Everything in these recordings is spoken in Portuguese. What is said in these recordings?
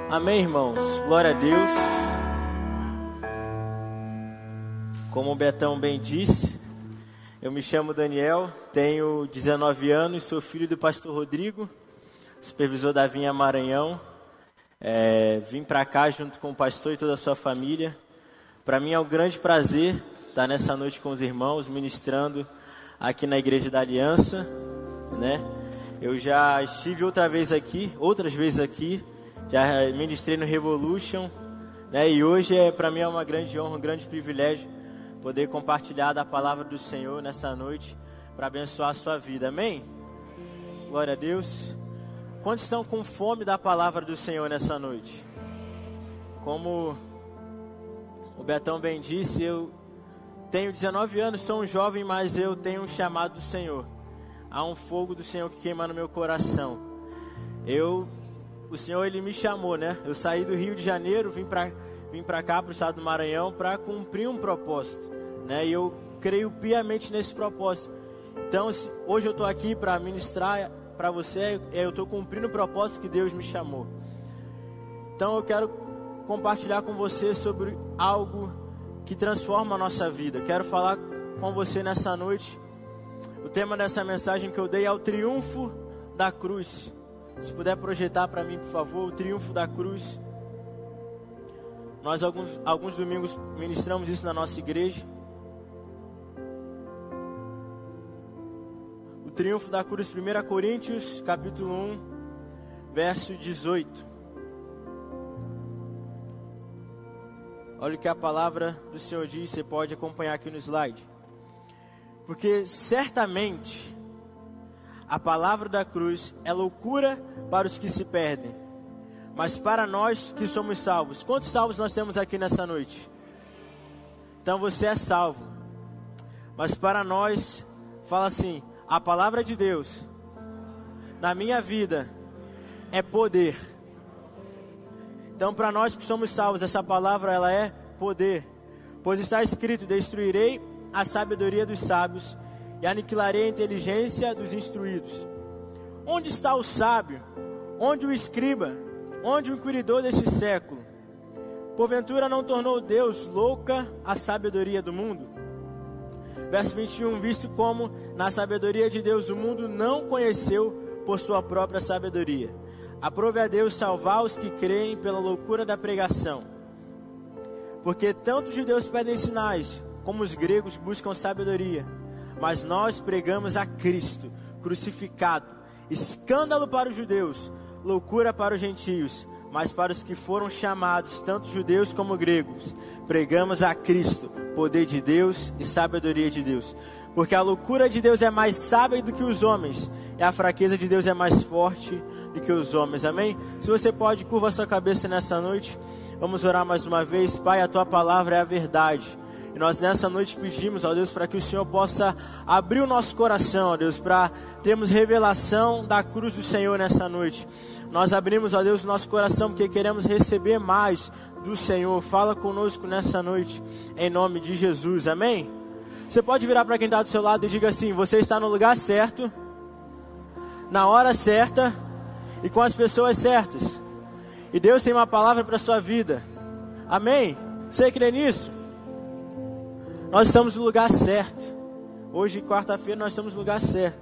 Amém, irmãos? Glória a Deus. Como o Betão bem disse, eu me chamo Daniel, tenho 19 anos, sou filho do pastor Rodrigo, supervisor da Vinha Maranhão. Vim para cá junto com o pastor e toda a sua família. Para mim é um grande prazer estar nessa noite com os irmãos, ministrando aqui na Igreja da Aliança, né? Eu já estive outras vezes aqui, já ministrei no Revolution, né? E hoje para mim é uma grande honra, um grande privilégio poder compartilhar da palavra do Senhor nessa noite para abençoar a sua vida, amém? Glória a Deus. Quantos estão com fome da palavra do Senhor nessa noite? Como o Betão bem disse, eu tenho 19 anos, sou um jovem, mas eu tenho um chamado do Senhor. Há um fogo do Senhor que queima no meu coração. O Senhor, Ele me chamou, né? Eu saí do Rio de Janeiro, vim para cá, para o estado do Maranhão, para cumprir um propósito, né? E eu creio piamente nesse propósito. Então, hoje eu estou aqui para ministrar para você, eu estou cumprindo o propósito que Deus me chamou. Então, eu quero compartilhar com você sobre algo que transforma a nossa vida. Eu quero falar com você nessa noite. O tema dessa mensagem que eu dei é o triunfo da cruz. Se puder projetar para mim, por favor, o triunfo da cruz. Nós alguns domingos ministramos isso na nossa igreja. O triunfo da cruz, 1 Coríntios, capítulo 1, verso 18. Olha o que a palavra do Senhor diz, você pode acompanhar aqui no slide. Porque certamente a palavra da cruz é loucura para os que se perdem, mas para nós que somos salvos. Quantos salvos nós temos aqui nessa noite? Então você é salvo. Mas para nós, fala assim, a palavra de Deus na minha vida é poder. Então para nós que somos salvos, essa palavra ela é poder. Pois está escrito, destruirei a sabedoria dos sábios e aniquilarei a inteligência dos instruídos. Onde está o sábio? Onde o escriba? Onde o inquiridor deste século? Porventura não tornou Deus louca a sabedoria do mundo? Verso 21, visto como na sabedoria de Deus o mundo não conheceu por sua própria sabedoria. Aprove a Deus salvar os que creem pela loucura da pregação. Porque tanto os judeus pedem sinais, como os gregos buscam sabedoria. Mas nós pregamos a Cristo crucificado, escândalo para os judeus, loucura para os gentios, mas para os que foram chamados, tanto judeus como gregos, pregamos a Cristo, poder de Deus e sabedoria de Deus. Porque a loucura de Deus é mais sábia do que os homens, e a fraqueza de Deus é mais forte do que os homens, amém? Se você pode, curva a sua cabeça nessa noite, vamos orar mais uma vez. Pai, a Tua palavra é a verdade. E nós nessa noite pedimos, ó Deus, para que o Senhor possa abrir o nosso coração, ó Deus, para termos revelação da cruz do Senhor nessa noite. Nós abrimos, ó Deus, o nosso coração porque queremos receber mais do Senhor. Fala conosco nessa noite, em nome de Jesus, amém? Você pode virar para quem está do seu lado e diga assim, você está no lugar certo, na hora certa e com as pessoas certas. E Deus tem uma palavra para a sua vida, amém? Você crê nisso? Nós estamos no lugar certo. Hoje, quarta-feira, nós estamos no lugar certo.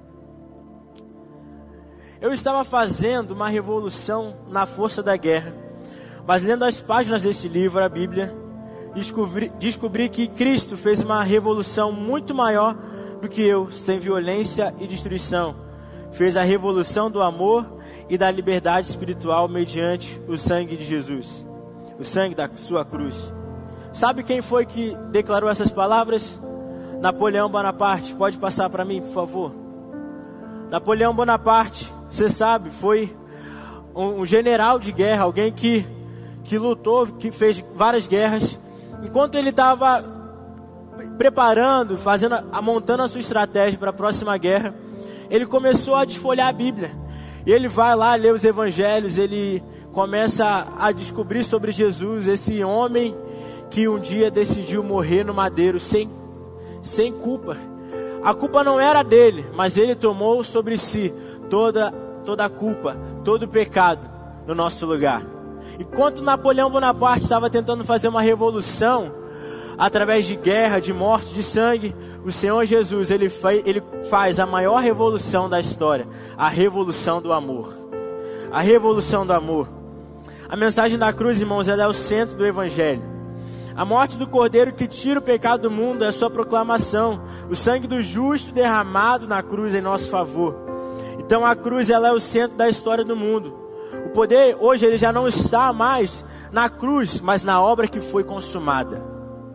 Eu estava fazendo uma revolução na força da guerra, mas lendo as páginas desse livro, a Bíblia, descobri que Cristo fez uma revolução muito maior do que eu, sem violência e destruição. Fez a revolução do amor e da liberdade espiritual mediante o sangue de Jesus, o sangue da sua cruz. Sabe quem foi que declarou essas palavras? Napoleão Bonaparte. Pode passar para mim, por favor. Napoleão Bonaparte, você sabe, foi um general de guerra, alguém que lutou, que fez várias guerras. Enquanto ele estava preparando, montando a sua estratégia para a próxima guerra, ele começou a desfolhar a Bíblia. E ele vai lá ler os evangelhos, ele começa a descobrir sobre Jesus, esse homem que um dia decidiu morrer no madeiro sem culpa. A culpa não era dele, mas ele tomou sobre si toda a culpa, todo o pecado no nosso lugar. Enquanto Napoleão Bonaparte estava tentando fazer uma revolução, através de guerra, de morte, de sangue, o Senhor Jesus, ele faz a maior revolução da história, a revolução do amor. A revolução do amor. A mensagem da cruz, irmãos, ela é o centro do Evangelho. A morte do Cordeiro que tira o pecado do mundo é a sua proclamação. O sangue do justo derramado na cruz em nosso favor. Então a cruz, ela é o centro da história do mundo. O poder hoje ele já não está mais na cruz, mas na obra que foi consumada.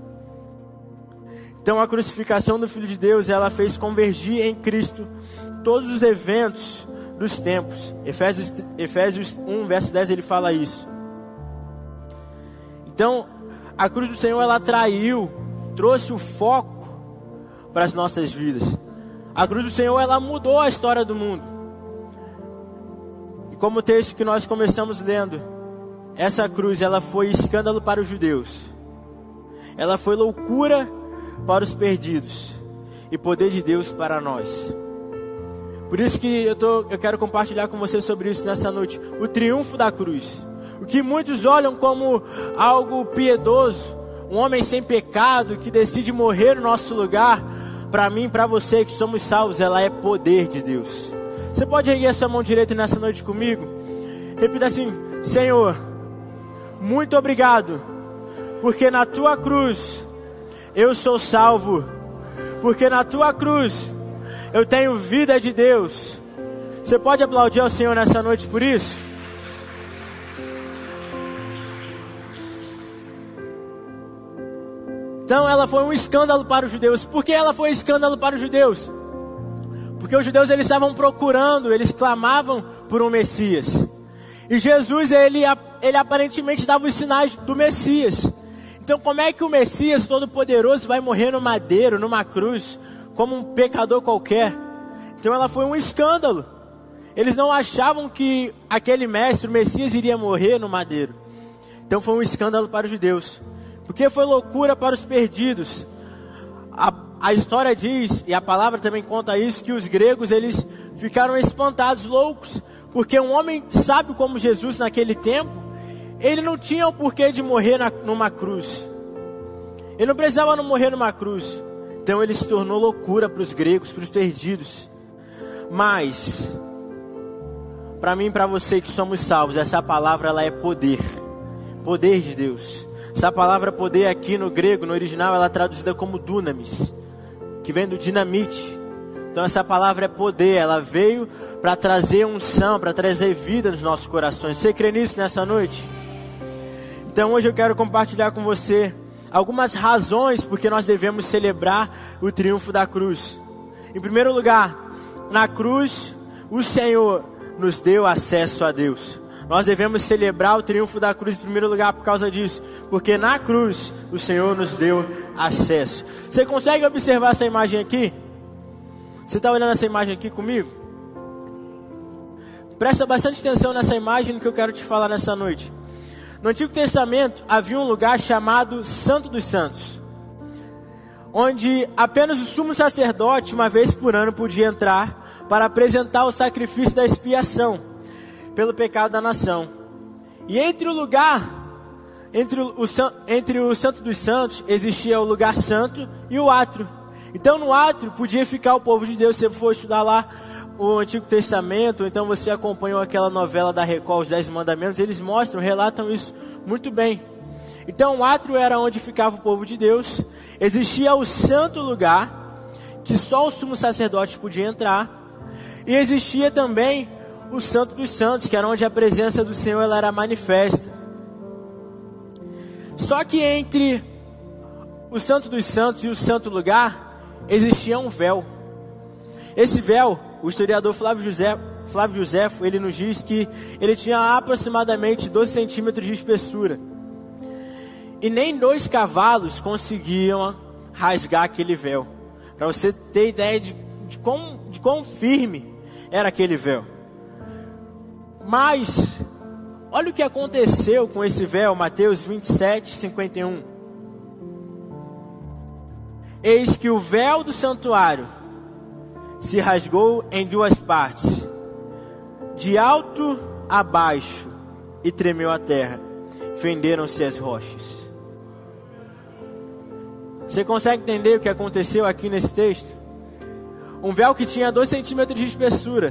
Então a crucificação do Filho de Deus, ela fez convergir em Cristo todos os eventos dos tempos. Efésios 1, verso 10, ele fala isso. Então, a cruz do Senhor, ela trouxe o foco para as nossas vidas. A cruz do Senhor, ela mudou a história do mundo. E como o texto que nós começamos lendo, essa cruz, ela foi escândalo para os judeus. Ela foi loucura para os perdidos e poder de Deus para nós. Por isso que eu quero compartilhar com você sobre isso nessa noite. O triunfo da cruz. O que muitos olham como algo piedoso, um homem sem pecado que decide morrer no nosso lugar. Para mim, para você que somos salvos, ela é poder de Deus. Você pode erguer a sua mão direita nessa noite comigo? Repita assim: Senhor, muito obrigado, porque na tua cruz eu sou salvo, porque na tua cruz eu tenho vida de Deus. Você pode aplaudir ao Senhor nessa noite por isso? Então ela foi um escândalo para os judeus. Por que ela foi um escândalo para os judeus? Porque os judeus, eles estavam procurando, eles clamavam por um Messias. E Jesus, ele aparentemente dava os sinais do Messias. Então como é que o Messias Todo-Poderoso vai morrer no madeiro, numa cruz, como um pecador qualquer? Então ela foi um escândalo. Eles não achavam que aquele mestre, o Messias, iria morrer no madeiro. Então foi um escândalo para os judeus. Porque foi loucura para os perdidos. A história diz, e a palavra também conta isso, que os gregos, eles ficaram espantados, loucos, porque um homem sábio como Jesus naquele tempo, ele não tinha o porquê de morrer numa cruz. Ele não precisava morrer numa cruz. Então ele se tornou loucura para os gregos, para os perdidos. Mas, para mim e para você que somos salvos, essa palavra, ela é poder. Poder de Deus. Essa palavra poder aqui no grego, no original, ela é traduzida como dunamis, que vem do dinamite. Então essa palavra é poder, ela veio para trazer unção, para trazer vida nos nossos corações. Você crê nisso nessa noite? Então hoje eu quero compartilhar com você algumas razões porque nós devemos celebrar o triunfo da cruz. Em primeiro lugar, na cruz, o Senhor nos deu acesso a Deus. Nós devemos celebrar o triunfo da cruz em primeiro lugar por causa disso. Porque na cruz o Senhor nos deu acesso. Você consegue observar essa imagem aqui? Você está olhando essa imagem aqui comigo? Presta bastante atenção nessa imagem que eu quero te falar nessa noite. No Antigo Testamento havia um lugar chamado Santo dos Santos, onde apenas o sumo sacerdote, uma vez por ano, podia entrar para apresentar o sacrifício da expiação pelo pecado da nação. E entre o Santo dos Santos, existia o lugar santo e o átrio. Então no átrio podia ficar o povo de Deus. Se você for estudar lá o Antigo Testamento, ou então você acompanhou aquela novela da Record, Os 10 Mandamentos, eles relatam isso muito bem. Então o átrio era onde ficava o povo de Deus. Existia o santo lugar, que só o sumo sacerdote podia entrar. E existia também o Santo dos Santos, que era onde a presença do Senhor ela era manifesta. Só que entre o Santo dos Santos e o santo lugar existia um véu. Esse véu, o historiador Flávio Joséfo, ele nos diz que ele tinha aproximadamente 12 centímetros de espessura. E nem 2 cavalos conseguiam rasgar aquele véu. Para você ter ideia de quão firme era aquele véu. Mas, olha o que aconteceu com esse véu, Mateus 27, 51. Eis que o véu do santuário se rasgou em 2 partes, de alto a baixo, e tremeu a terra, fenderam-se as rochas. Você consegue entender o que aconteceu aqui nesse texto? Um véu que tinha 2 centímetros de espessura.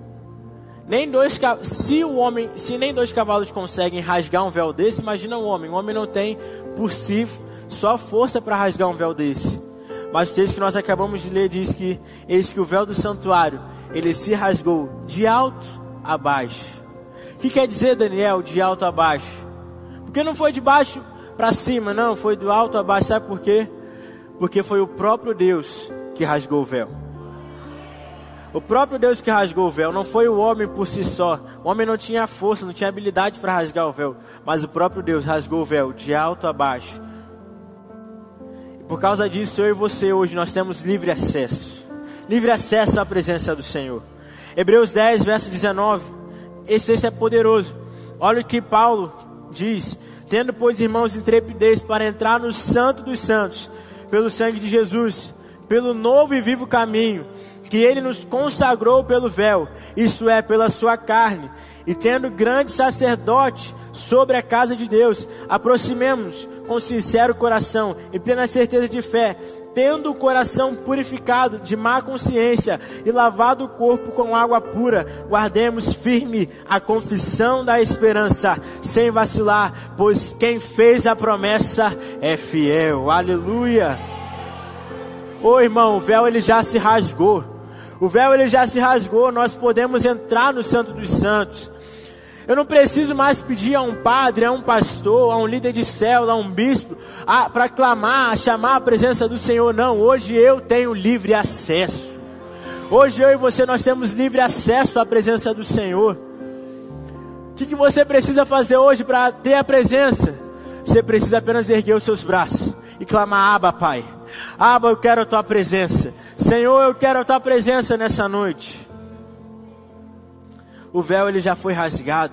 Se nem 2 cavalos conseguem rasgar um véu desse, imagina um homem. Um homem não tem por si só força para rasgar um véu desse. Mas o texto que nós acabamos de ler diz que eis que o véu do santuário, ele se rasgou de alto a baixo. O que quer dizer, Daniel, de alto a baixo? Porque não foi de baixo para cima, não, foi do alto a baixo. Sabe por quê? Porque foi o próprio Deus que rasgou o véu. O próprio Deus que rasgou o véu, não foi o homem por si só. O homem não tinha força, não tinha habilidade para rasgar o véu. Mas o próprio Deus rasgou o véu de alto a baixo. E por causa disso, eu e você hoje, nós temos livre acesso. Livre acesso à presença do Senhor. Hebreus 10, verso 19. Esse texto é poderoso. Olha o que Paulo diz. Tendo, pois, irmãos, intrepidez para entrar no santo dos santos, pelo sangue de Jesus, pelo novo e vivo caminho, que ele nos consagrou pelo véu, isto é, pela sua carne, e tendo grande sacerdote sobre a casa de Deus, aproximemo-nos com sincero coração e plena certeza de fé, tendo o coração purificado de má consciência e lavado o corpo com água pura, guardemos firme a confissão da esperança, sem vacilar, pois quem fez a promessa é fiel. Aleluia! Ô irmão, o véu ele já se rasgou. O véu ele já se rasgou, nós podemos entrar no Santo dos Santos. Eu não preciso mais pedir a um padre, a um pastor, a um líder de célula, a um bispo, para clamar, a chamar a presença do Senhor. Não, hoje eu tenho livre acesso. Hoje eu e você, nós temos livre acesso à presença do Senhor. O que você precisa fazer hoje para ter a presença? Você precisa apenas erguer os seus braços e clamar: Abba, Pai. Abba, eu quero a tua presença. Senhor, eu quero a tua presença nessa noite. O véu ele já foi rasgado.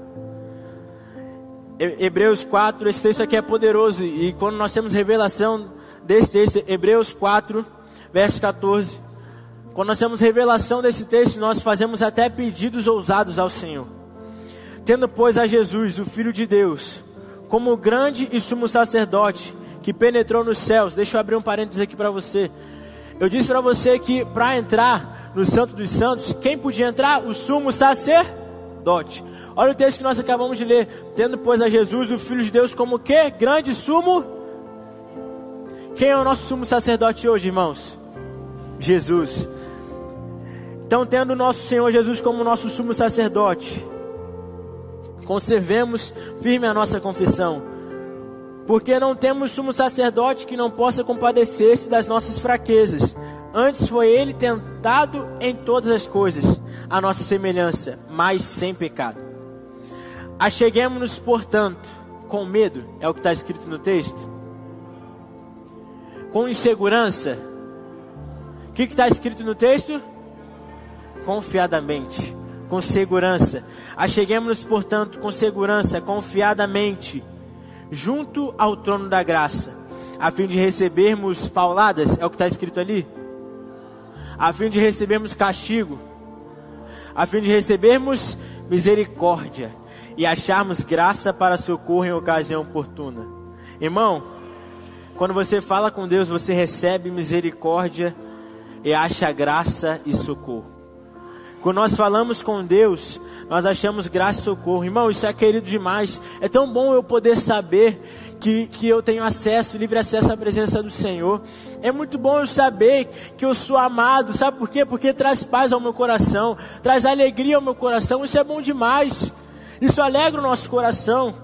Hebreus 4, esse texto aqui é poderoso. E quando nós temos revelação desse texto, Hebreus 4, verso 14. Quando nós temos revelação desse texto, nós fazemos até pedidos ousados ao Senhor. Tendo, pois, a Jesus, o Filho de Deus, como grande e sumo sacerdote, que penetrou nos céus. Deixa eu abrir um parênteses aqui para você. Eu disse para você que para entrar no Santo dos Santos, quem podia entrar? O sumo sacerdote. Olha o texto que nós acabamos de ler. Tendo, pois, a Jesus, o Filho de Deus, como que? Grande sumo. Quem é o nosso sumo sacerdote hoje, irmãos? Jesus. Então, tendo o nosso Senhor Jesus como nosso sumo sacerdote, conservemos firme a nossa confissão. Porque não temos sumo sacerdote que não possa compadecer-se das nossas fraquezas. Antes foi ele tentado em todas as coisas, a nossa semelhança, mas sem pecado. Acheguemo-nos, portanto, com medo, é o que está escrito no texto. Com insegurança. O que está escrito no texto? Confiadamente, com segurança. Acheguemo-nos, portanto, com segurança, confiadamente, junto ao trono da graça, a fim de recebermos pauladas, é o que está escrito ali, a fim de recebermos castigo, a fim de recebermos misericórdia e acharmos graça para socorro em ocasião oportuna. Irmão, quando você fala com Deus, você recebe misericórdia e acha graça e socorro. Quando nós falamos com Deus, nós achamos graça e socorro. Irmão, isso é querido demais. É tão bom eu poder saber que eu tenho acesso, livre acesso à presença do Senhor. É muito bom eu saber que eu sou amado. Sabe por quê? Porque traz paz ao meu coração, traz alegria ao meu coração. Isso é bom demais. Isso alegra o nosso coração.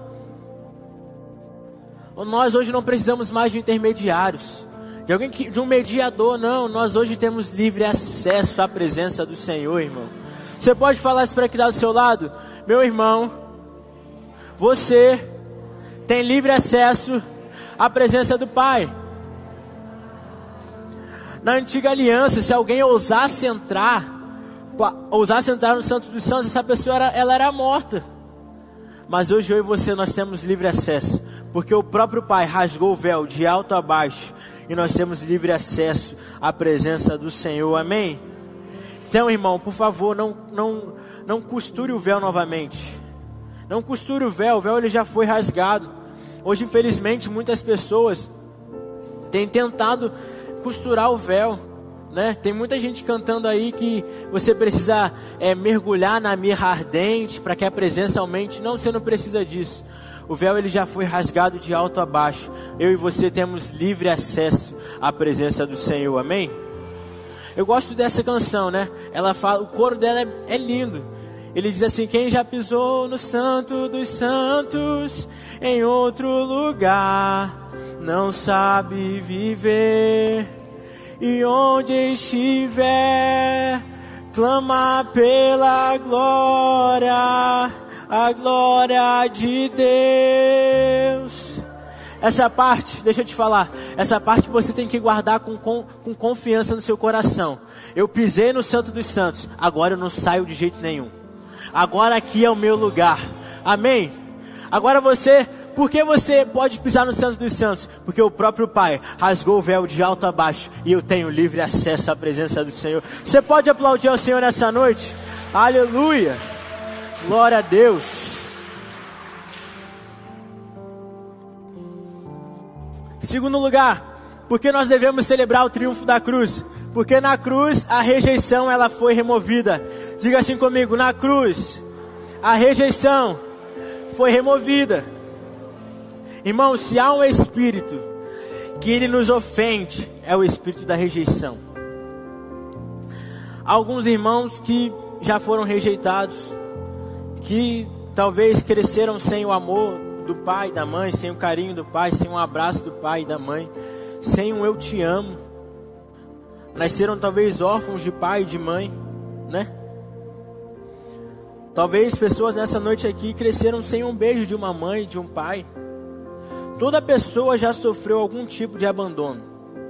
Nós hoje não precisamos mais de intermediários, de um mediador, não. Nós hoje temos livre acesso à presença do Senhor, irmão. Você pode falar isso para quem está do seu lado? Meu irmão, você tem livre acesso à presença do Pai. Na antiga aliança, se alguém ousasse entrar no Santo dos Santos, essa pessoa ela era morta. Mas hoje eu e você, nós temos livre acesso, porque o próprio Pai rasgou o véu de alto a baixo, e nós temos livre acesso à presença do Senhor, amém? Então, irmão, por favor, não costure o véu novamente. Não costure o véu ele já foi rasgado. Hoje, infelizmente, muitas pessoas têm tentado costurar o véu, né? Tem muita gente cantando aí que você precisa mergulhar na mirra ardente para que a presença aumente. Não, você não precisa disso. O véu ele já foi rasgado de alto a baixo. Eu e você temos livre acesso à presença do Senhor, amém? Eu gosto dessa canção, né? Ela fala, o coro dela é lindo. Ele diz assim: quem já pisou no santo dos santos, em outro lugar, não sabe viver. E onde estiver, clama pela glória, a glória de Deus. Essa parte, deixa eu te falar, essa parte você tem que guardar com confiança no seu coração. Eu pisei no santo dos santos, agora eu não saio de jeito nenhum. Agora aqui é o meu lugar, amém? Agora por que você pode pisar no santo dos santos? Porque o próprio Pai rasgou o véu de alto a baixo e eu tenho livre acesso à presença do Senhor. Você pode aplaudir ao Senhor nessa noite? Aleluia, glória a Deus. Segundo lugar, porque nós devemos celebrar o triunfo da cruz? Porque na cruz a rejeição ela foi removida. Diga assim comigo: na cruz a rejeição foi removida. Irmão, se há um espírito que ele nos ofende, é o espírito da rejeição. Há alguns irmãos que já foram rejeitados, que talvez cresceram sem o amor do pai e da mãe, sem o carinho do pai, sem um abraço do pai e da mãe, sem um eu te amo. Nasceram talvez órfãos de pai e de mãe, né? Talvez pessoas nessa noite aqui cresceram sem um beijo de uma mãe, de um pai. Toda pessoa já sofreu algum tipo de abandono.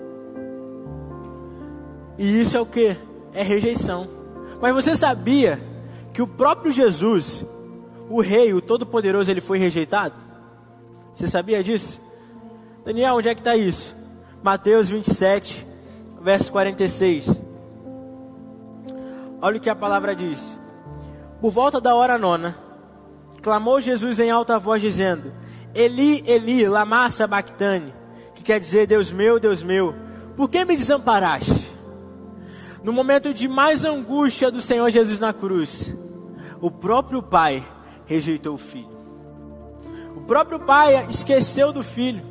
E isso é o que? É rejeição. Mas você sabia que o próprio Jesus, o Rei, o Todo-Poderoso, ele foi rejeitado? Você sabia disso? Daniel, onde é que está isso? Mateus 27, verso 46. Olha o que a palavra diz. Por volta da hora 9, clamou Jesus em alta voz dizendo: Eli, Eli, lama sabachthani, que quer dizer: Deus meu, por que me desamparaste? No momento de mais angústia do Senhor Jesus na cruz, o próprio Pai rejeitou o Filho. O próprio Pai esqueceu do Filho.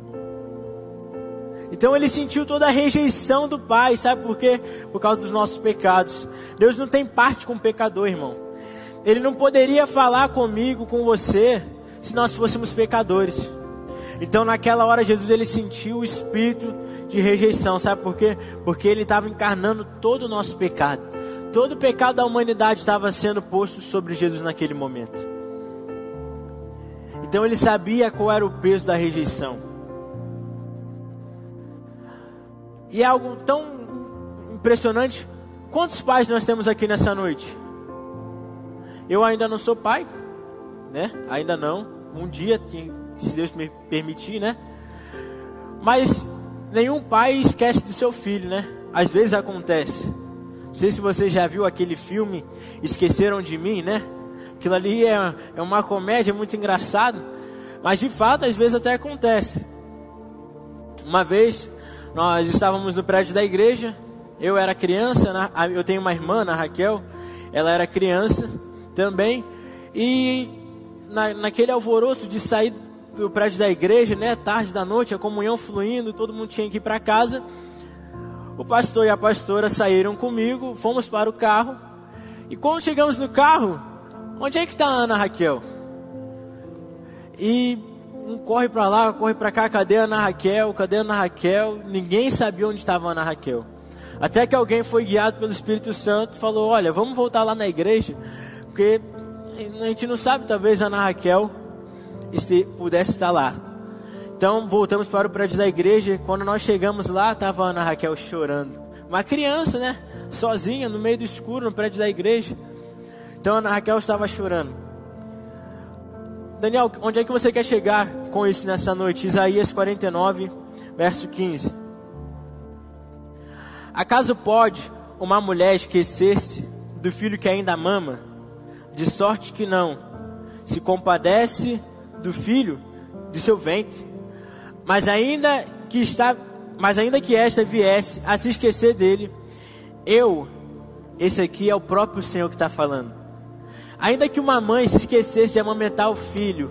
Então ele sentiu toda a rejeição do Pai. Sabe por quê? Por causa dos nossos pecados. Deus não tem parte com o pecador, irmão. Ele não poderia falar comigo, com você, se nós fôssemos pecadores. Então naquela hora Jesus ele sentiu o espírito de rejeição. Sabe por quê? Porque ele estava encarnando todo o nosso pecado. Todo o pecado da humanidade estava sendo posto sobre Jesus naquele momento. Então ele sabia qual era o peso da rejeição. E é algo tão impressionante. Quantos pais nós temos aqui nessa noite? Eu ainda não sou pai, né? Ainda não. Um dia, se Deus me permitir, né? Mas nenhum pai esquece do seu filho, né? Às vezes acontece. Não sei se você já viu aquele filme Esqueceram de Mim, né? Aquilo ali é uma comédia muito engraçada. Mas de fato, às vezes até acontece. Uma vez, nós estávamos no prédio da igreja. Eu era criança, eu tenho uma irmã, a Raquel. Ela era criança também. E naquele alvoroço de sair do prédio da igreja, né, tarde da noite, a comunhão fluindo, todo mundo tinha que ir para casa. O pastor e a pastora saíram comigo, fomos para o carro. E quando chegamos no carro, onde é que está a Ana Raquel? E um corre para lá, corre para cá, cadê a Ana Raquel? Cadê a Ana Raquel? Ninguém sabia onde estava a Ana Raquel. Até que alguém foi guiado pelo Espírito Santo e falou: olha, vamos voltar lá na igreja, porque a gente não sabe, talvez a Ana Raquel pudesse estar lá. Então voltamos para o prédio da igreja. Quando nós chegamos lá, estava a Ana Raquel chorando. Uma criança, né? Sozinha, no meio do escuro, no prédio da igreja. Então a Ana Raquel estava chorando. Daniel, onde é que você quer chegar com isso nessa noite? Isaías 49, verso 15. Acaso pode uma mulher esquecer-se do filho que ainda mama? De sorte que não. se compadece do filho de seu ventre. Mas ainda que esta viesse a se esquecer dele, esse aqui é o próprio Senhor que está falando. Ainda que uma mãe se esquecesse de amamentar o filho,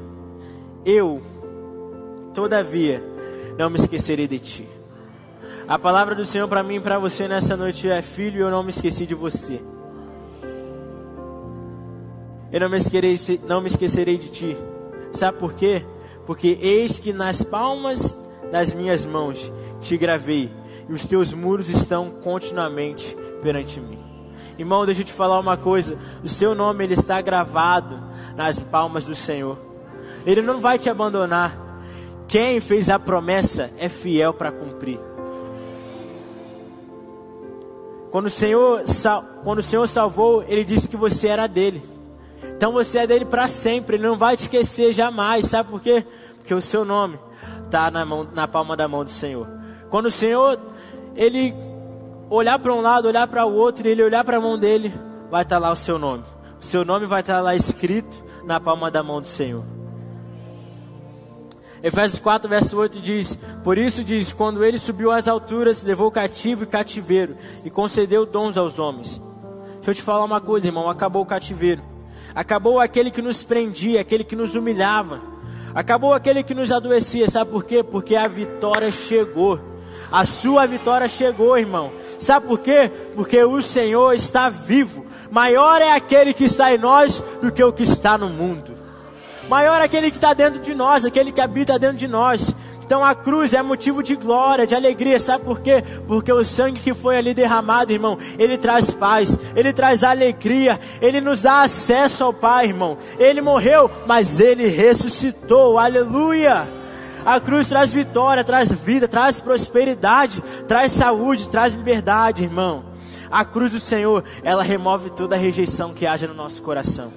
todavia, não me esquecerei de ti. A palavra do Senhor para mim e para você nessa noite é: filho, eu não me esqueci de você. Eu não me esquecerei de ti. Sabe por quê? Porque eis que nas palmas das minhas mãos te gravei, e os teus muros estão continuamente perante mim. Irmão, deixa eu te falar uma coisa: o seu nome, ele está gravado nas palmas do Senhor. Ele não vai te abandonar. Quem fez a promessa é fiel para cumprir. Quando o Senhor salvou, Ele disse que você era dele. Então você é dele para sempre. Ele não vai te esquecer jamais. Sabe por quê? Porque o seu nome está na palma da mão do Senhor. Quando o Senhor, Ele olhar para um lado, olhar para o outro, e Ele olhar para a mão dele, vai estar lá o seu nome. O seu nome vai estar lá escrito na palma da mão do Senhor. Efésios 4, verso 8 diz: por isso diz, quando ele subiu às alturas, levou cativo e cativeiro, e concedeu dons aos homens. Deixa eu te falar uma coisa, irmão: acabou o cativeiro. Acabou aquele que nos prendia, aquele que nos humilhava. Acabou aquele que nos adoecia. Sabe por quê? Porque a vitória chegou. A sua vitória chegou, irmão. Sabe por quê? Porque o Senhor está vivo. Maior é aquele que está em nós do que o que está no mundo. Maior é aquele que está dentro de nós, aquele que habita dentro de nós. Então a cruz é motivo de glória, de alegria. Sabe por quê? Porque o sangue que foi ali derramado, irmão, ele traz paz, ele traz alegria, ele nos dá acesso ao Pai, irmão. Ele morreu, mas ele ressuscitou, aleluia. A cruz traz vitória, traz vida, traz prosperidade, traz saúde, traz liberdade, irmão. A cruz do Senhor, ela remove toda a rejeição que haja no nosso coração.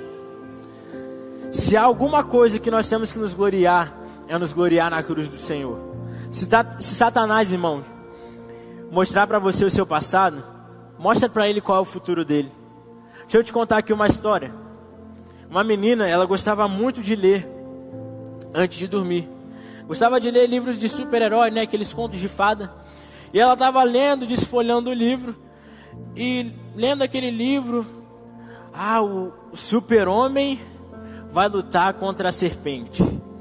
Se há alguma coisa que nós temos que nos gloriar, é nos gloriar na cruz do Senhor. Se Satanás, irmão, mostrar para você o seu passado, mostra para ele qual é o futuro dele. Deixa eu te contar aqui uma história. Uma menina, ela gostava muito de ler antes de dormir. Gostava de ler livros de super-herói, né? Aqueles contos de fada. E ela estava lendo, desfolhando o livro. E lendo aquele livro, o super-homem vai lutar contra a serpente.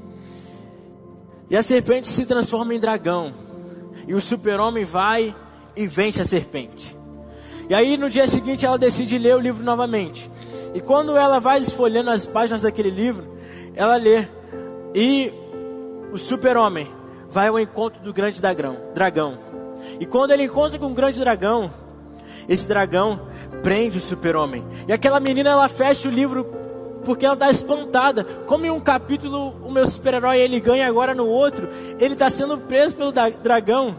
E a serpente se transforma em dragão. E o super-homem vai e vence a serpente. E aí no dia seguinte ela decide ler o livro novamente. E quando ela vai esfolhando as páginas daquele livro, ela lê. E o super-homem vai ao encontro do grande dragão. E quando ele encontra com o grande dragão, esse dragão prende o super-homem. E aquela menina, ela fecha o livro porque ela está espantada. Como em um capítulo o meu super-herói ele ganha, agora no outro ele está sendo preso pelo dragão.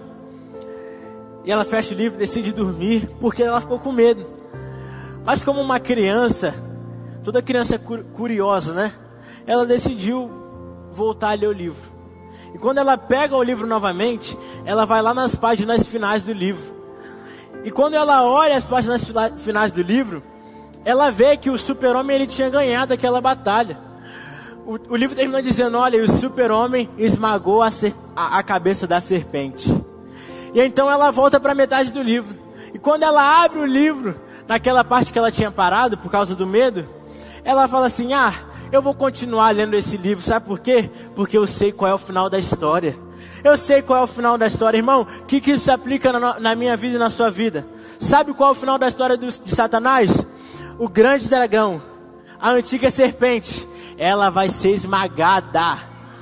E ela fecha o livro e decide dormir porque ela ficou com medo. Mas como uma criança, toda criança é curiosa, né? Ela decidiu voltar a ler o livro. E quando ela pega o livro novamente, ela vai lá nas páginas finais do livro. E quando ela olha as páginas finais do livro, ela vê que o super-homem ele tinha ganhado aquela batalha. O livro termina dizendo: olha, o super-homem esmagou a cabeça da serpente. E então ela volta para a metade do livro. E quando ela abre o livro, naquela parte que ela tinha parado por causa do medo, ela fala assim: eu vou continuar lendo esse livro. Sabe por quê? Porque eu sei qual é o final da história. Eu sei qual é o final da história, irmão. O que isso se aplica na minha vida e na sua vida? Sabe qual é o final da história de Satanás? O grande dragão, a antiga serpente, ela vai ser esmagada.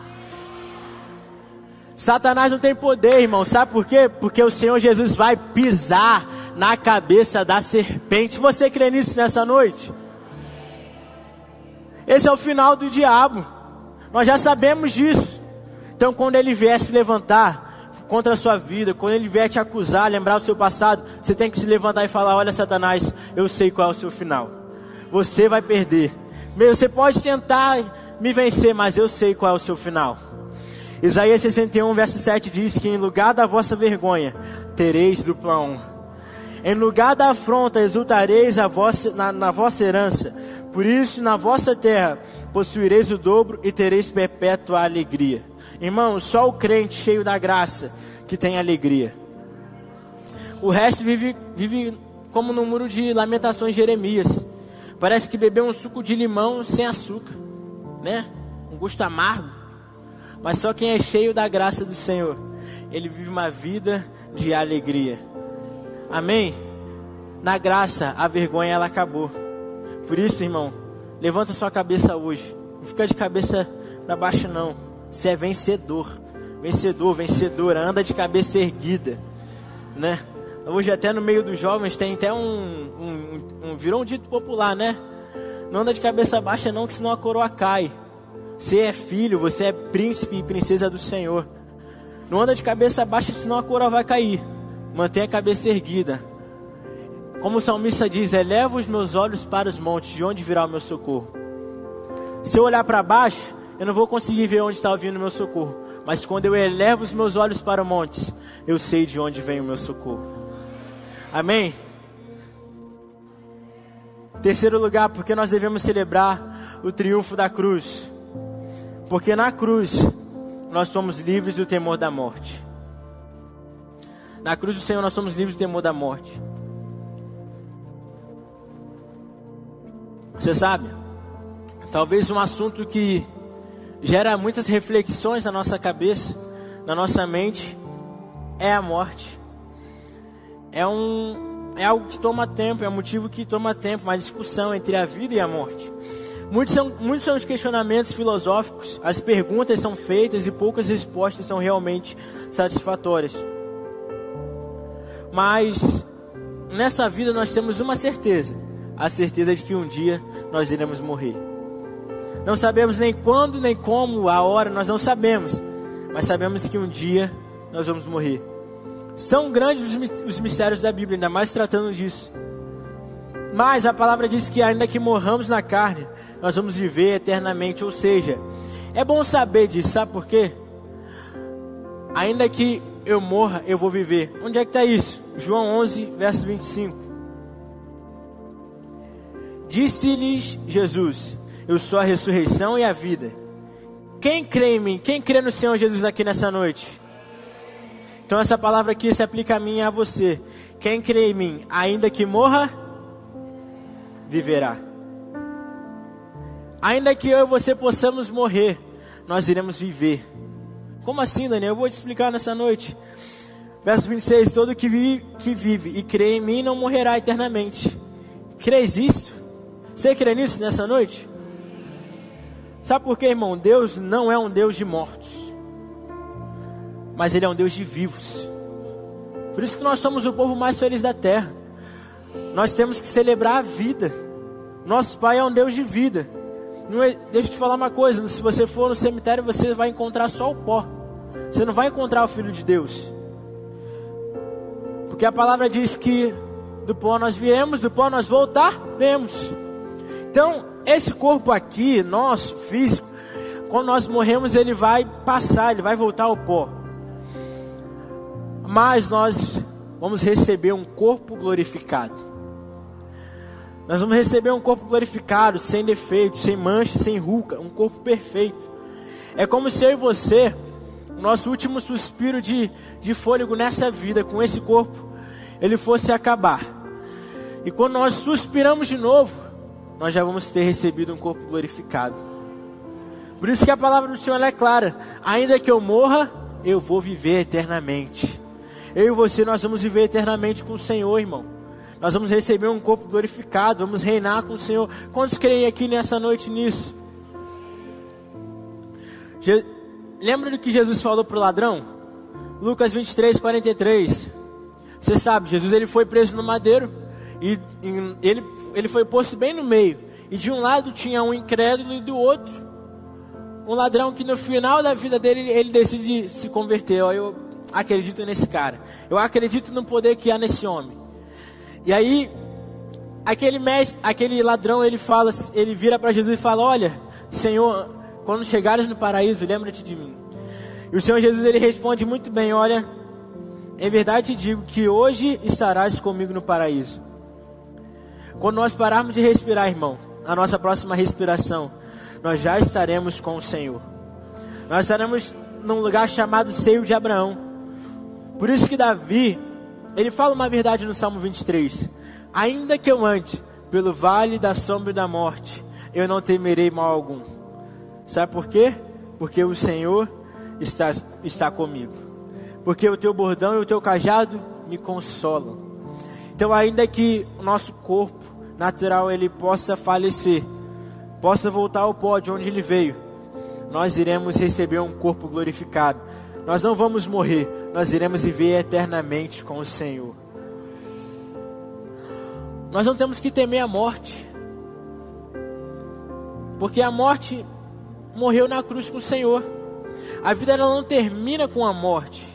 Satanás não tem poder, irmão. Sabe por quê? Porque o Senhor Jesus vai pisar na cabeça da serpente. Você crê nisso nessa noite? Esse é o final do diabo. Nós já sabemos disso. Então quando ele vier se levantar contra a sua vida, quando ele vier te acusar, lembrar o seu passado, você tem que se levantar e falar: olha, Satanás, eu sei qual é o seu final. Você vai perder. Você pode tentar me vencer, mas eu sei qual é o seu final. Isaías 61, verso 7 diz que em lugar da vossa vergonha, tereis dupla honra. Em lugar da afronta, exultareis na vossa herança. Por isso, na vossa terra, possuireis o dobro e tereis perpétua alegria. Irmão, só o crente cheio da graça que tem alegria. O resto vive como no muro de Lamentações de Jeremias. Parece que bebeu um suco de limão sem açúcar, né? Um gosto amargo. Mas só quem é cheio da graça do Senhor, ele vive uma vida de alegria. Amém? Na graça, a vergonha ela acabou. Por isso, irmão, levanta sua cabeça hoje. Não fica de cabeça para baixo não. Você é vencedor. Vencedor, vencedora. Anda de cabeça erguida, né? Hoje até no meio dos jovens tem até virou um dito popular, né? Não anda de cabeça baixa não, que senão a coroa cai. Você é filho, você é príncipe e princesa do Senhor. Não anda de cabeça baixa, senão a coroa vai cair. Mantenha a cabeça erguida. Como o salmista diz, eleva os meus olhos para os montes, de onde virá o meu socorro. Se eu olhar para baixo, eu não vou conseguir ver onde está vindo o meu socorro. Mas quando eu elevo os meus olhos para os montes, eu sei de onde vem o meu socorro. Amém? Terceiro lugar, porque nós devemos celebrar o triunfo da cruz. Porque na cruz, nós somos livres do temor da morte. Na cruz do Senhor, nós somos livres do temor da morte. Você sabe, talvez um assunto que gera muitas reflexões na nossa cabeça, na nossa mente, é a morte. É algo que toma tempo, é um motivo que toma tempo, uma discussão entre a vida e a morte. Muitos são os questionamentos filosóficos, as perguntas são feitas e poucas respostas são realmente satisfatórias. Mas nessa vida nós temos uma certeza, a certeza de que um dia nós iremos morrer. Não sabemos nem quando, nem como, a hora, nós não sabemos, mas sabemos que um dia nós vamos morrer. São grandes os mistérios da Bíblia, ainda mais tratando disso. Mas a palavra diz que ainda que morramos na carne, nós vamos viver eternamente. Ou seja, é bom saber disso, sabe por quê? Ainda que eu morra, eu vou viver. Onde é que está isso? João 11, verso 25. Disse-lhes Jesus, eu sou a ressurreição e a vida. Quem crê em mim? Quem crê no Senhor Jesus aqui nessa noite? Então essa palavra aqui se aplica a mim e a você. Quem crê em mim, ainda que morra, viverá. Ainda que eu e você possamos morrer, nós iremos viver. Como assim, Daniel? Eu vou te explicar nessa noite. Verso 26, todo que vive e crê em mim não morrerá eternamente. Crês isso? Você crê nisso nessa noite? Sabe por quê, irmão? Deus não é um Deus de mortos, mas Ele é um Deus de vivos. Por isso que nós somos o povo mais feliz da terra. Nós temos que celebrar a vida. Nosso Pai é um Deus de vida. Deixa eu te falar uma coisa, se você for no cemitério, você vai encontrar só o pó. Você não vai encontrar o Filho de Deus. Porque a palavra diz que do pó nós viemos, do pó nós voltaremos. Então, esse corpo aqui, nosso, físico, quando nós morremos, ele vai passar, ele vai voltar ao pó. Mas nós vamos receber um corpo glorificado. Nós vamos receber um corpo glorificado, sem defeito, sem mancha, sem ruga, um corpo perfeito. É como se eu e você, o nosso último suspiro de fôlego nessa vida, com esse corpo, ele fosse acabar. E quando nós suspiramos de novo, nós já vamos ter recebido um corpo glorificado. Por isso que a palavra do Senhor é clara. Ainda que eu morra, eu vou viver eternamente. Eu e você, nós vamos viver eternamente com o Senhor, irmão. Nós vamos receber um corpo glorificado, vamos reinar com o Senhor. Quantos creem aqui nessa noite nisso? Lembra do que Jesus falou para o ladrão? Lucas 23, 43. Você sabe, Jesus ele foi preso no madeiro e ele foi posto bem no meio. E de um lado tinha um incrédulo e do outro um ladrão que no final da vida dele ele decide se converter. Eu acredito nesse cara. Eu acredito no poder que há nesse homem. E aí aquele ladrão ele vira para Jesus e fala: olha, Senhor, quando chegares no paraíso, lembra-te de mim. E o Senhor Jesus ele responde muito bem: olha, em verdade te digo que hoje estarás comigo no paraíso. Quando nós pararmos de respirar, irmão, a nossa próxima respiração, nós já estaremos com o Senhor. Nós estaremos num lugar chamado seio de Abraão. Por isso que Davi, ele fala uma verdade no Salmo 23. Ainda que eu ande pelo vale da sombra da morte, eu não temerei mal algum. Sabe por quê? Porque o Senhor está comigo. Porque o teu bordão e o teu cajado me consolam. Então, ainda que o nosso corpo natural ele possa falecer, possa voltar ao pó de onde ele veio, nós iremos receber um corpo glorificado. Nós não vamos morrer, nós iremos viver eternamente com o Senhor. Nós não temos que temer a morte, porque a morte morreu na cruz com o Senhor. A vida ela não termina com a morte.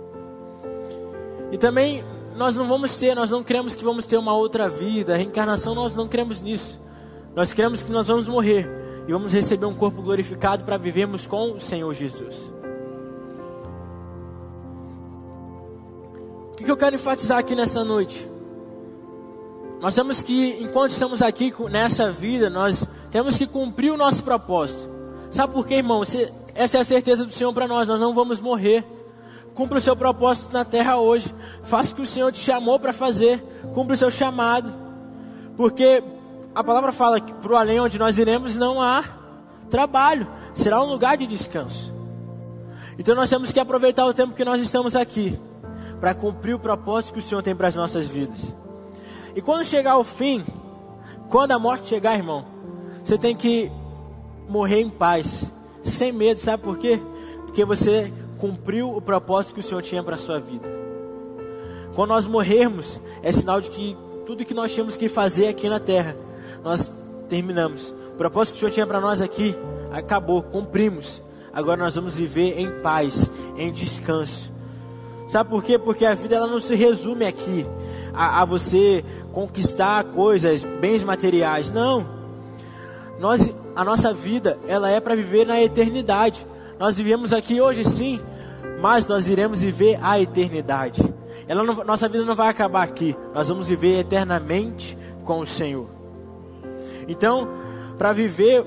E também nós não cremos que vamos ter uma outra vida, a reencarnação, nós não cremos nisso. Nós cremos que nós vamos morrer e vamos receber um corpo glorificado para vivermos com o Senhor Jesus. O que eu quero enfatizar aqui nessa noite? Nós temos que, enquanto estamos aqui nessa vida, nós temos que cumprir o nosso propósito. Sabe por quê, irmão? Essa é a certeza do Senhor para nós. Nós não vamos morrer. Cumpra o seu propósito na terra hoje. Faça o que o Senhor te chamou para fazer. Cumpra o seu chamado. Porque a palavra fala que para o além onde nós iremos não há trabalho. Será um lugar de descanso. Então nós temos que aproveitar o tempo que nós estamos aqui para cumprir o propósito que o Senhor tem para as nossas vidas. E quando chegar o fim, quando a morte chegar, irmão, você tem que morrer em paz, sem medo. Sabe por quê? Porque você cumpriu o propósito que o Senhor tinha para a sua vida. Quando nós morrermos, é sinal de que tudo que nós tínhamos que fazer aqui na terra, nós terminamos. O propósito que o Senhor tinha para nós aqui, acabou, cumprimos. Agora nós vamos viver em paz, em descanso. Sabe por quê? Porque a vida ela não se resume aqui a você conquistar coisas, bens materiais. Não. A nossa vida, ela é para viver na eternidade. Nós vivemos aqui hoje sim, mas nós iremos viver a eternidade. Nossa vida não vai acabar aqui. Nós vamos viver eternamente com o Senhor. Então, para viver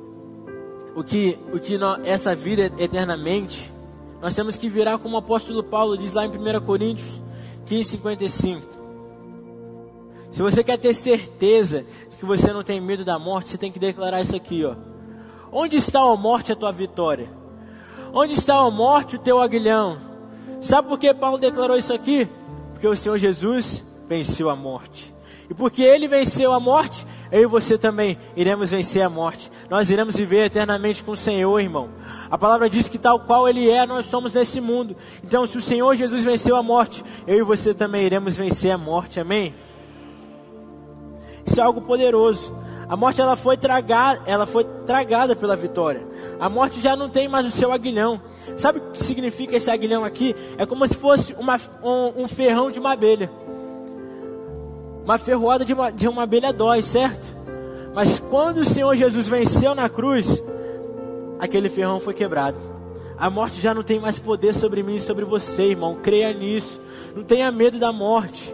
essa vida eternamente, nós temos que virar como o apóstolo Paulo diz lá em 1 Coríntios 15:55. Se você quer ter certeza de que você não tem medo da morte, você tem que declarar isso aqui, ó. Onde está, ó morte, a tua vitória? Onde está, ó morte, o teu aguilhão? Sabe por que Paulo declarou isso aqui? Porque o Senhor Jesus venceu a morte. E porque Ele venceu a morte, eu e você também iremos vencer a morte. Nós iremos viver eternamente com o Senhor, irmão. A palavra diz que tal qual Ele é, nós somos nesse mundo. Então, se o Senhor Jesus venceu a morte, eu e você também iremos vencer a morte, amém? Isso é algo poderoso. A morte ela foi tragada pela vitória. A morte já não tem mais o seu aguilhão. Sabe o que significa esse aguilhão aqui? É como se fosse um ferrão de uma abelha. Uma ferroada de uma abelha dói, certo? Mas quando o Senhor Jesus venceu na cruz, aquele ferrão foi quebrado. A morte já não tem mais poder sobre mim e sobre você, irmão. Creia nisso. Não tenha medo da morte.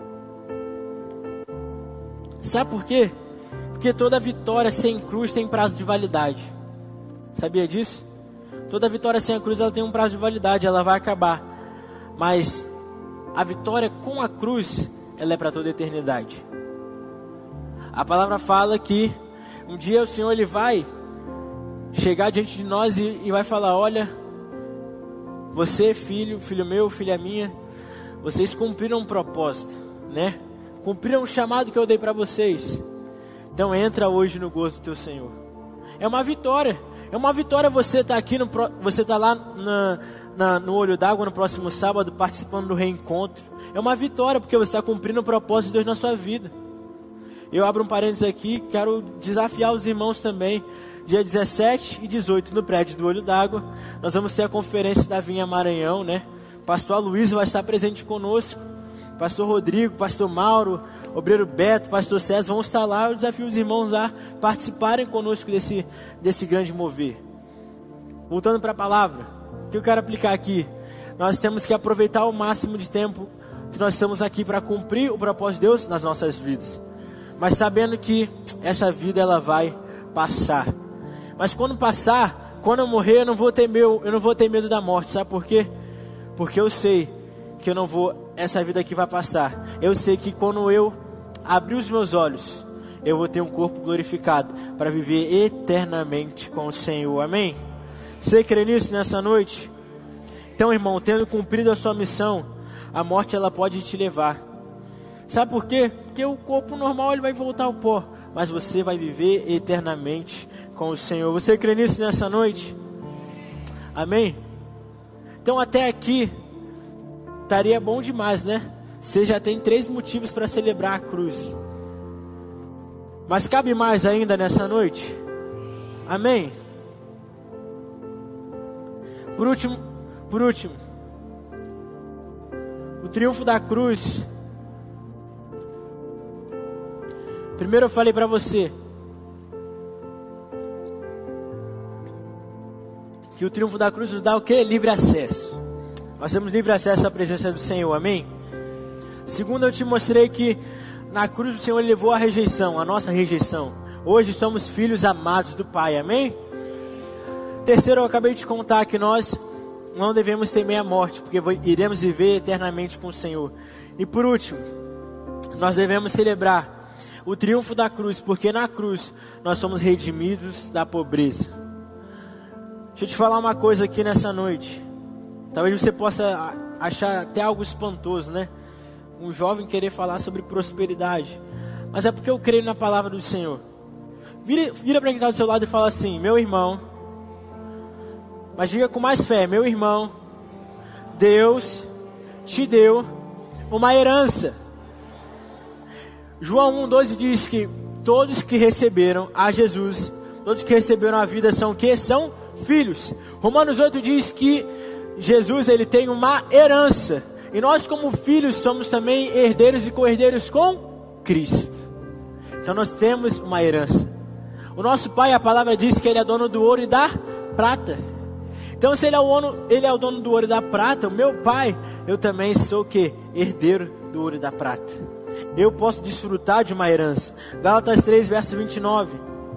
Sabe por quê? Porque toda vitória sem cruz tem prazo de validade. Sabia disso? Toda vitória sem a cruz ela tem um prazo de validade, ela vai acabar. Mas a vitória com a cruz, ela é para toda a eternidade. A palavra fala que um dia o Senhor ele vai chegar diante de nós e vai falar: olha, você filho meu, filha minha, vocês cumpriram um propósito, né? Cumpriram o chamado que eu dei para vocês. Então entra hoje no gozo do teu Senhor. É uma vitória. É uma vitória você estar aqui, você estar lá no Olho d'Água no próximo sábado participando do reencontro. É uma vitória porque você está cumprindo o propósito de Deus na sua vida. Eu abro um parênteses aqui, quero desafiar os irmãos também. Dia 17 e 18 no prédio do Olho d'Água, nós vamos ter a conferência da Vinha Maranhão, né? Pastor Aloysio vai estar presente conosco. Pastor Rodrigo, Pastor Mauro, Obreiro Beto, Pastor César vão estar lá. Eu desafio os irmãos a participarem conosco desse grande mover. Voltando para a palavra, o que eu quero aplicar aqui? Nós temos que aproveitar o máximo de tempo que nós estamos aqui para cumprir o propósito de Deus nas nossas vidas. Mas sabendo que essa vida ela vai passar. Mas quando passar, quando eu morrer, eu não vou ter medo da morte. Sabe por quê? Porque eu sei que essa vida aqui vai passar. Eu sei que quando eu abrir os meus olhos, eu vou ter um corpo glorificado para viver eternamente com o Senhor. Amém? Você crê nisso nessa noite? Então, irmão, tendo cumprido a sua missão, a morte ela pode te levar. Sabe por quê? Porque o corpo normal ele vai voltar ao pó, mas você vai viver eternamente com o Senhor. Você crê nisso nessa noite? Amém? Então até aqui estaria bom demais, né? Você já tem 3 motivos para celebrar a cruz. Mas cabe mais ainda nessa noite? Amém? Por último, o triunfo da cruz. Primeiro eu falei para você que o triunfo da cruz nos dá o quê? Livre acesso. Nós temos livre acesso à presença do Senhor, amém? Segundo, eu te mostrei que na cruz o Senhor levou a rejeição, a nossa rejeição. Hoje somos filhos amados do Pai, amém? Terceiro, eu acabei de contar que nós não devemos temer a morte, porque iremos viver eternamente com o Senhor. E por último, nós devemos celebrar o triunfo da cruz, porque na cruz nós somos redimidos da pobreza. Deixa eu te falar uma coisa aqui nessa noite. Talvez você possa achar até algo espantoso, né? Um jovem querer falar sobre prosperidade. Mas é porque eu creio na palavra do Senhor. Vira para quem está do seu lado e fala assim: meu irmão. Mas diga com mais fé: meu irmão, Deus te deu uma herança. João 1,12 diz que todos que receberam a Jesus, todos que receberam a vida são o quê? São filhos. Romanos 8 diz que Jesus ele tem uma herança. E nós como filhos somos também herdeiros e co-herdeiros com Cristo. Então nós temos uma herança. O nosso Pai, a palavra diz que Ele é dono do ouro e da prata. Então se Ele é o dono do ouro e da prata, o meu Pai, eu também sou o quê? Herdeiro do ouro e da prata. Eu posso desfrutar de uma herança. Gálatas 3, verso 29.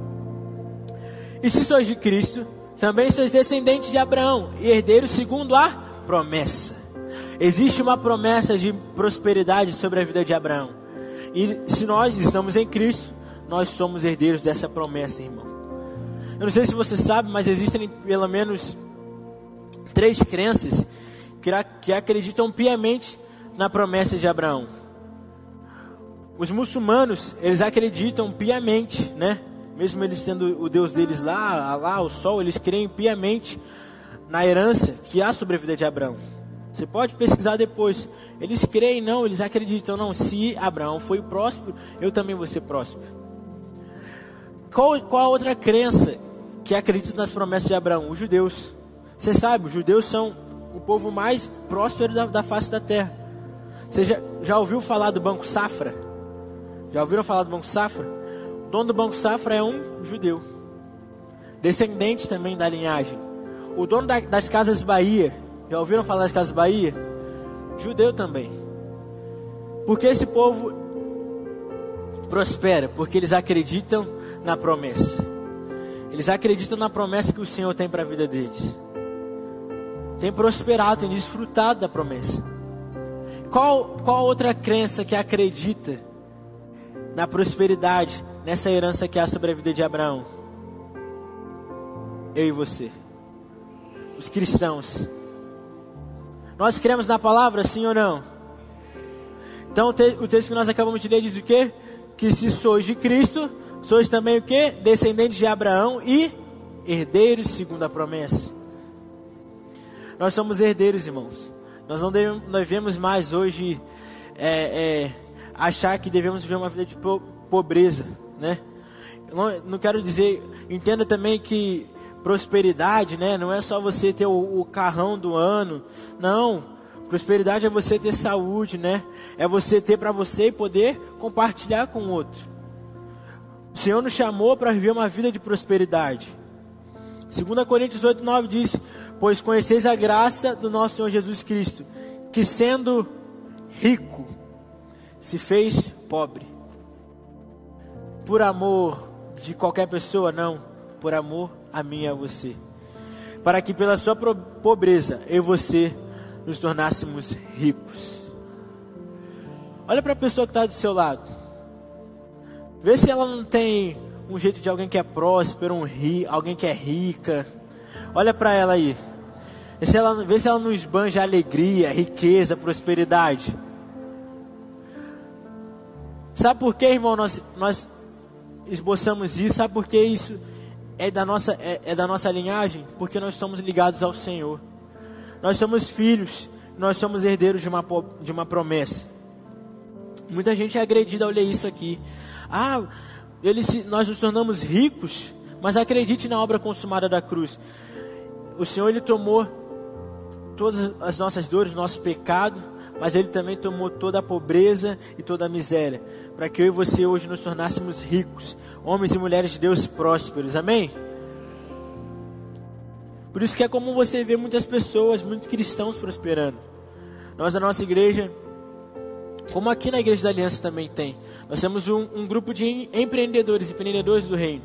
E se sois de Cristo, também sois descendentes de Abraão e herdeiros segundo a promessa. Existe uma promessa de prosperidade sobre a vida de Abraão. E se nós estamos em Cristo, nós somos herdeiros dessa promessa, irmão. Eu não sei se você sabe, mas existem pelo menos 3 crenças que acreditam piamente na promessa de Abraão. Os muçulmanos, eles acreditam piamente, né? Mesmo eles tendo o Deus deles lá, o sol, eles creem piamente na herança que há sobre a vida de Abraão. Você pode pesquisar depois. Eles creem, não, eles acreditam, não. Se Abraão foi próspero, eu também vou ser próspero. Qual a outra crença que acredita nas promessas de Abraão? Os judeus. Você sabe, os judeus são o povo mais próspero da face da terra. Você já ouviu falar do Banco Safra? Já ouviram falar do Banco Safra? O dono do Banco Safra é um judeu, descendente também da linhagem. O dono das Casas Bahia, já ouviram falar das Casas Bahia? Judeu também. Porque esse povo prospera? Porque eles acreditam na promessa. Eles acreditam na promessa que o Senhor tem para a vida deles. Tem prosperado, tem desfrutado da promessa. Qual outra crença que acredita na prosperidade, nessa herança que há sobre a vida de Abraão? Eu e você, os cristãos. Nós cremos na palavra, sim ou não? Então o texto que nós acabamos de ler diz o quê? Que se sois de Cristo, sois também o quê? Descendentes de Abraão e herdeiros segundo a promessa. Nós somos herdeiros, irmãos. Nós não devemos mais hoje achar que devemos viver uma vida de pobreza, né? Não quero dizer, entenda também que prosperidade, né? Não é só você ter o carrão do ano, não. Prosperidade é você ter saúde, né? É você ter para você e poder compartilhar com o outro. O Senhor nos chamou para viver uma vida de prosperidade. 2 Coríntios 8:9 diz: pois conheceis a graça do nosso Senhor Jesus Cristo, que sendo rico, se fez pobre. Por amor de qualquer pessoa, não. Por amor a mim e a você, para que pela sua pobreza eu e você nos tornássemos ricos. Olha para a pessoa que está do seu lado, vê se ela não tem um jeito de alguém que é próspero, alguém que é rica. Olha para ela aí, vê se ela não esbanja alegria, riqueza, prosperidade. Sabe por que, irmão, nós esboçamos isso? Sabe por que isso é da nossa linhagem? Porque nós somos ligados ao Senhor. Nós somos filhos, nós somos herdeiros de uma promessa. Muita gente é agredida ao ler isso aqui. Nós nos tornamos ricos, mas acredite na obra consumada da cruz. O Senhor, Ele tomou todas as nossas dores, nosso pecado, mas Ele também tomou toda a pobreza e toda a miséria, para que eu e você hoje nos tornássemos ricos, homens e mulheres de Deus prósperos, amém? Por isso que é comum você ver muitas pessoas, muitos cristãos prosperando. Nós, na nossa igreja, como aqui na Igreja da Aliança também tem, nós temos um grupo de empreendedores do reino.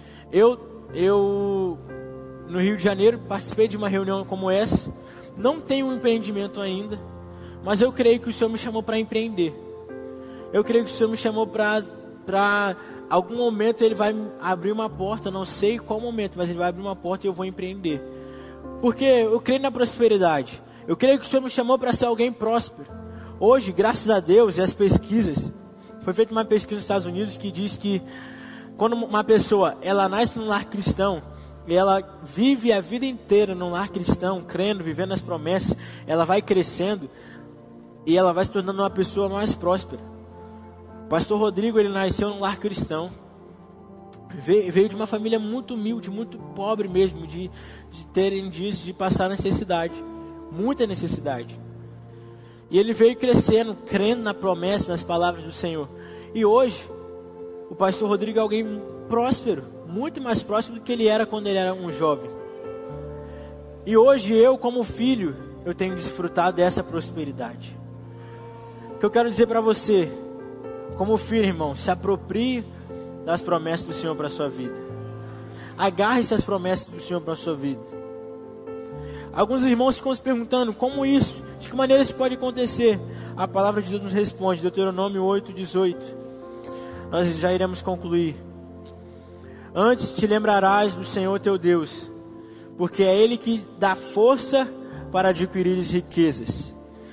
Eu no Rio de Janeiro, participei de uma reunião como essa, não tenho um empreendimento ainda, mas eu creio que o Senhor me chamou para empreender. Eu creio que o Senhor me chamou para algum momento Ele vai abrir uma porta, não sei qual momento, mas Ele vai abrir uma porta e eu vou empreender. Porque eu creio na prosperidade. Eu creio que o Senhor me chamou para ser alguém próspero. Hoje, graças a Deus e as pesquisas, foi feita uma pesquisa nos Estados Unidos que diz que quando uma pessoa, ela nasce num lar cristão, e ela vive a vida inteira num lar cristão, crendo, vivendo as promessas, ela vai crescendo e ela vai se tornando uma pessoa mais próspera. O pastor Rodrigo, ele nasceu num lar cristão, veio de uma família muito humilde, muito pobre mesmo, de terem dias de passar necessidade, muita necessidade. E ele veio crescendo, crendo na promessa, nas palavras do Senhor. E hoje, o pastor Rodrigo é alguém próspero, muito mais próspero do que ele era quando ele era um jovem. E hoje eu, como filho, eu tenho desfrutado dessa prosperidade. O que eu quero dizer para você, como filho, irmão, se aproprie das promessas do Senhor para a sua vida. Agarre-se às promessas do Senhor para a sua vida. Alguns irmãos ficam se perguntando, como isso? De que maneira isso pode acontecer? A palavra de Deus nos responde, Deuteronômio 8:18. Nós já iremos concluir. Antes te lembrarás do Senhor teu Deus, porque é Ele que dá força para adquirir riquezas,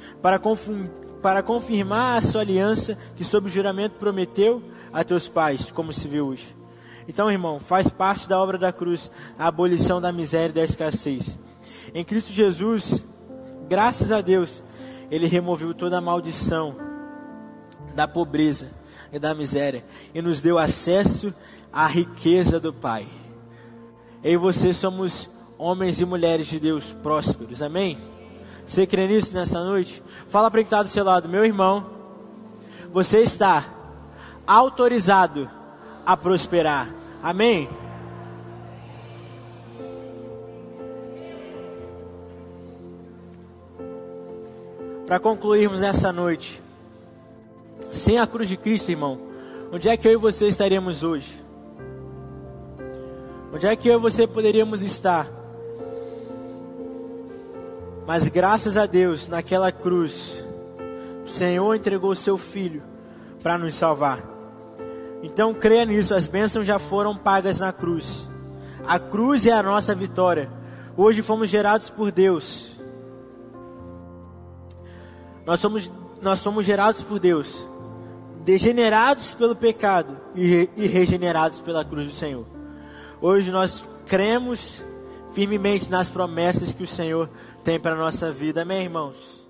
para confirmar a sua aliança que sob juramento prometeu a teus pais, como se vê hoje. Então, irmão, faz parte da obra da cruz a abolição da miséria e da escassez. Em Cristo Jesus, graças a Deus, Ele removeu toda a maldição da pobreza e da miséria e nos deu acesso à riqueza do Pai. Eu e você somos homens e mulheres de Deus prósperos, amém? Você crê nisso nessa noite? Fala para quem está do seu lado, meu irmão, você está autorizado a prosperar, amém? Para concluirmos nessa noite, sem a cruz de Cristo, irmão, onde é que eu e você estaríamos hoje? Onde é que eu e você poderíamos estar? Mas graças a Deus, naquela cruz, o Senhor entregou o seu Filho para nos salvar. Então creia nisso, as bênçãos já foram pagas na cruz. A cruz é a nossa vitória. Hoje fomos gerados por Deus. Nós somos gerados por Deus, degenerados pelo pecado e regenerados pela cruz do Senhor. Hoje nós cremos firmemente nas promessas que o Senhor tem para a nossa vida. Amém, irmãos?